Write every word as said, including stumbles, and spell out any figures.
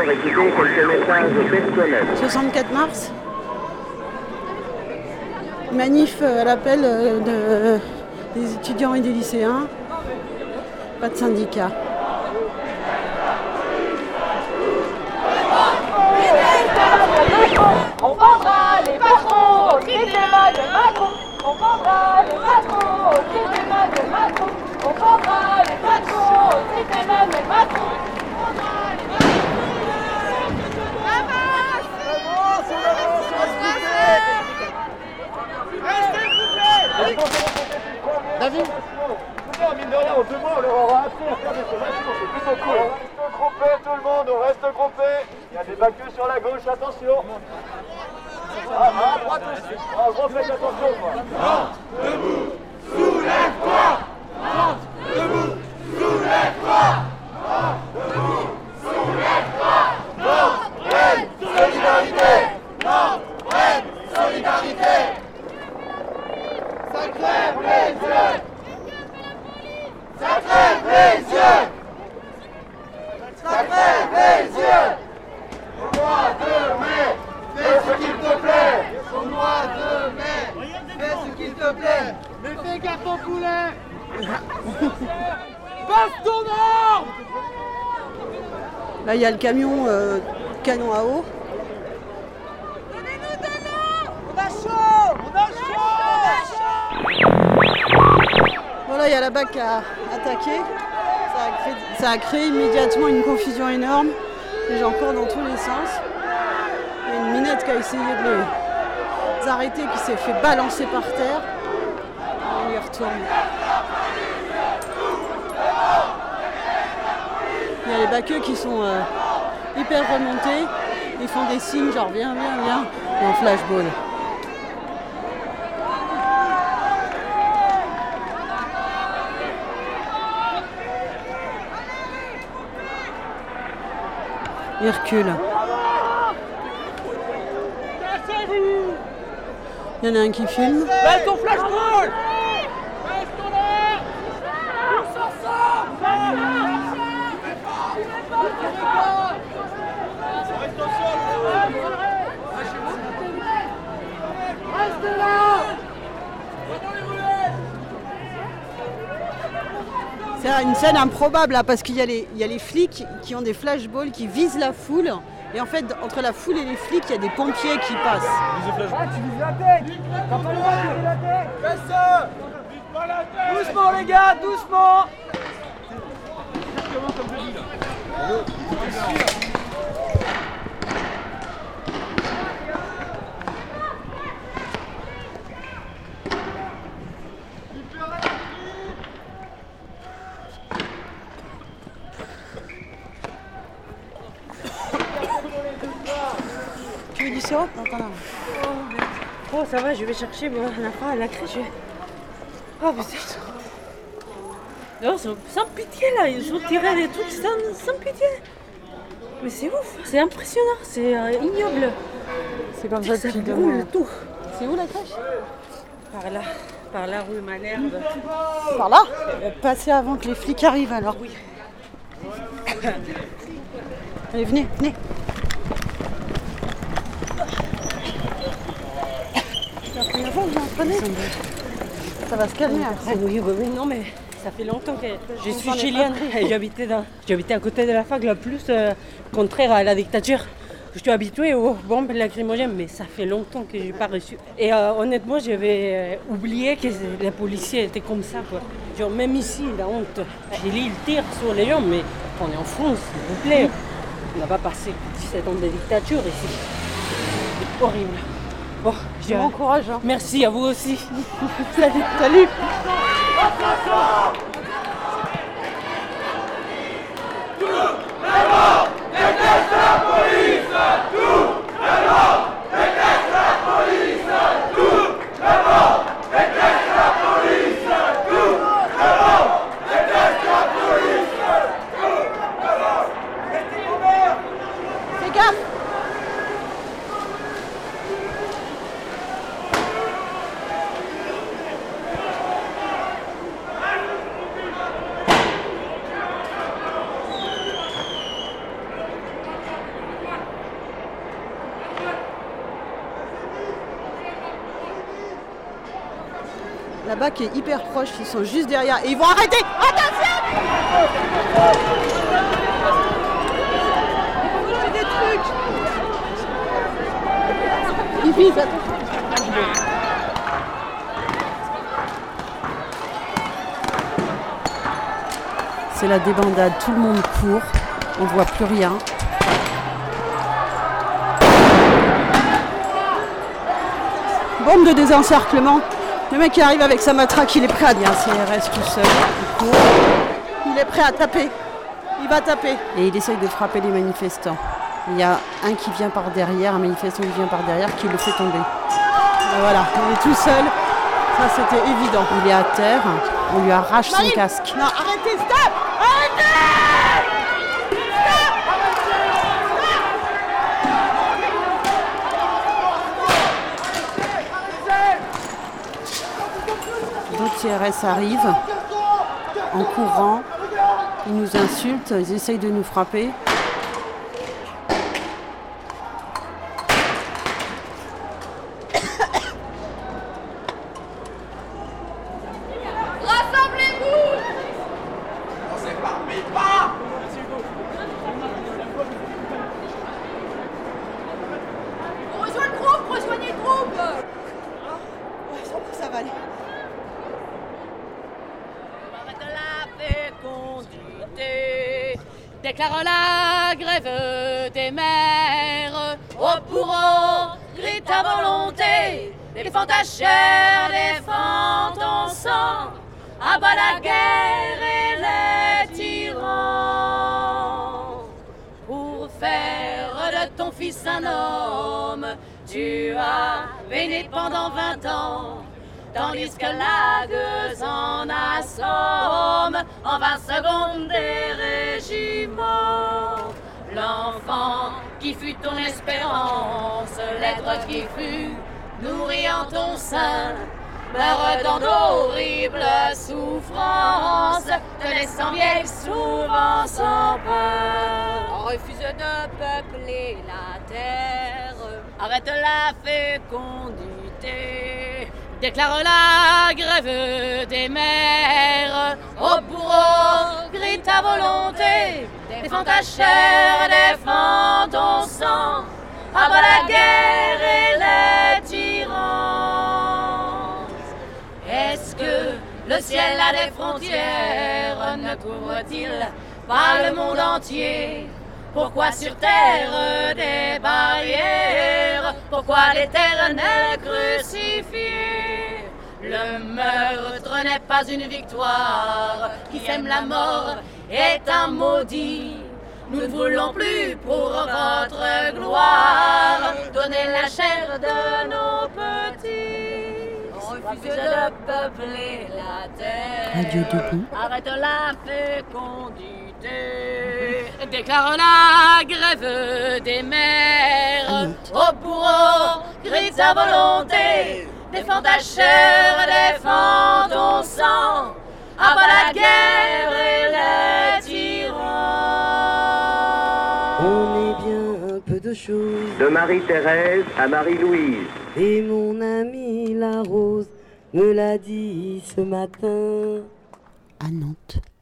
écouter quelques messages personnels. soixante-quatre mars. Manif à l'appel de, des étudiants et des lycéens. Pas de syndicat. On vendra les patrons au cri des mains de Macron. On vendra les patrons au cri des mains de Macron. On vendra les patrons au cri des mains de Macron. David, mine de rien, en deux mois, on leur aura appris à faire des sommations, c'est plutôt cool. On reste groupé, tout le monde, on reste groupé. Il y a des baqueux sur la gauche, attention. Ah, à droite aussi. En gros, faites attention, quoi. Rentre debout, soulève-toi. Rentre debout, soulève-toi. Rentre debout, soulève-toi. Notre reine, solidarité. Notre reine, solidarité. Ça crève les yeux. Ça crève les yeux. Ça crève les yeux. Au mois de mai, fais ce qu'il te plaît. Au mois de mai, fais ce qu'il te plaît. Mais fais gaffe au poulet. Passe ton ordre. Là, il y a le camion euh, canon à eau. Donnez-nous de l'eau. On a chaud. On a chaud. Voilà, il y a la B A C qui a attaqué. Ça a, créé, ça a créé immédiatement une confusion énorme. Les gens courent dans tous les sens. Il y a une minette qui a essayé de les arrêter, qui s'est fait balancer par terre. Et il retourne. Il y a les baqueux qui sont euh, hyper remontés. Ils font des signes genre viens, viens, viens. Et en flashball. Il recule. Il y en a un qui filme. Baisse ton flashball. Baisse ton air. On s'en sort. Reste au sol. Reste là. C'est une scène improbable là, parce qu'il y a, les, il y a les flics qui ont des flashballs qui visent la foule. Et en fait, entre la foule et les flics, il y a des pompiers qui passent. Ah, tu vises la tête. T'as pas le droit de viser la tête. Fais ça. Vise pas la tête. Doucement les gars, doucement. Exactement comme je dis là. Tu veux du sirop? Non, pas là. Oh, ça va, je vais chercher moi, la fin à la crèche. Oh putain. Non, sans, sans pitié là, ils ont tiré des trucs sans, sans pitié. Mais c'est ouf, c'est impressionnant, c'est euh, ignoble. C'est comme ça Ça depuis brûle demain. tout. C'est où la crèche? Par là, par la rue Malherbe. Par là? Passer avant que les flics arrivent alors. Oui. Allez, venez, venez. C'est la première fois que vous entraînez? Ça va se calmer après. Oui, oui, oui, non mais ça fait longtemps que je suis s'en est chilienne pas et j'habitais dans, j'habitais à côté de la fac, la plus euh, contraire à la dictature. Je suis habituée aux bombes lacrymogènes, mais ça fait longtemps que je n'ai pas reçu. Et euh, honnêtement, j'avais euh, oublié que les policiers étaient comme ça, quoi. Genre, même ici, la honte. J'ai dit, ils tirent sur les gens, mais on est en France, s'il vous plaît. On n'a pas passé dix-sept ans de dictature ici. C'est horrible. Bon, je Bon courage. Hein. Merci à vous aussi. Salut. Salut. Fais gaffe. La B A C est hyper proche, ils sont juste derrière et ils vont arrêter. Attention! C'est des trucs. Ils visent, attention. C'est la débandade, tout le monde court, on voit plus rien. Bombe de désencerclement. Le mec qui arrive avec sa matraque, il est prêt à... Il y a un C R S tout seul, il court. Il est prêt à taper. Il va taper. Et il essaye de frapper les manifestants. Il y a un qui vient par derrière, un manifestant qui vient par derrière, qui le fait tomber. Et voilà, il est tout seul. Ça, c'était évident. Il est à terre. On lui arrache Marine. Son casque. Non, arrêtez, stop! Arrêtez! D'autres C R S arrivent en courant, ils nous insultent, ils essayent de nous frapper. Rassemblez-vous! On s'éparpille pas! On rejoint le groupe, rejoignez le groupe! Ça va aller. Fécondité, déclare la grève des mères. Au bourreau, crie ta volonté, défends ta chair, défends ton sang. Abat la guerre et les tyrans. Pour faire de ton fils un homme, tu as véné pendant vingt ans. Tandis que la gueuse en assomme en vingt secondes des régiments. L'enfant qui fut ton espérance, l'être qui fut nourri en ton sein, meurt dans d'horribles souffrances, te laissant vieille souvent sans peur. On refuse de peupler la terre, arrête la fécondité. Déclare la grève des mères. Au bourreau, crie ta volonté. Défends ta chair, défends ton sang. Abat la guerre et les tyrans. Est-ce que le ciel a des frontières? Ne couvre-t-il pas le monde entier? Pourquoi sur terre des barrières? Pourquoi l'éternel crucifié? Le meurtre n'est pas une victoire. Qui aime la mort est un maudit. Nous ne voulons plus pour votre gloire donner la chair de nos petits. On refuse de peupler la terre. Radio debout. Arrête la fécondité. Déclare la grève des mères. Au bourreau, crie ta volonté. Défends ta chair, défends ton sang. Abat la guerre et les tyrans. On est bien un peu de choses. De Marie-Thérèse à Marie-Louise. Et mon amie la Rose me l'a dit ce matin. À Nantes.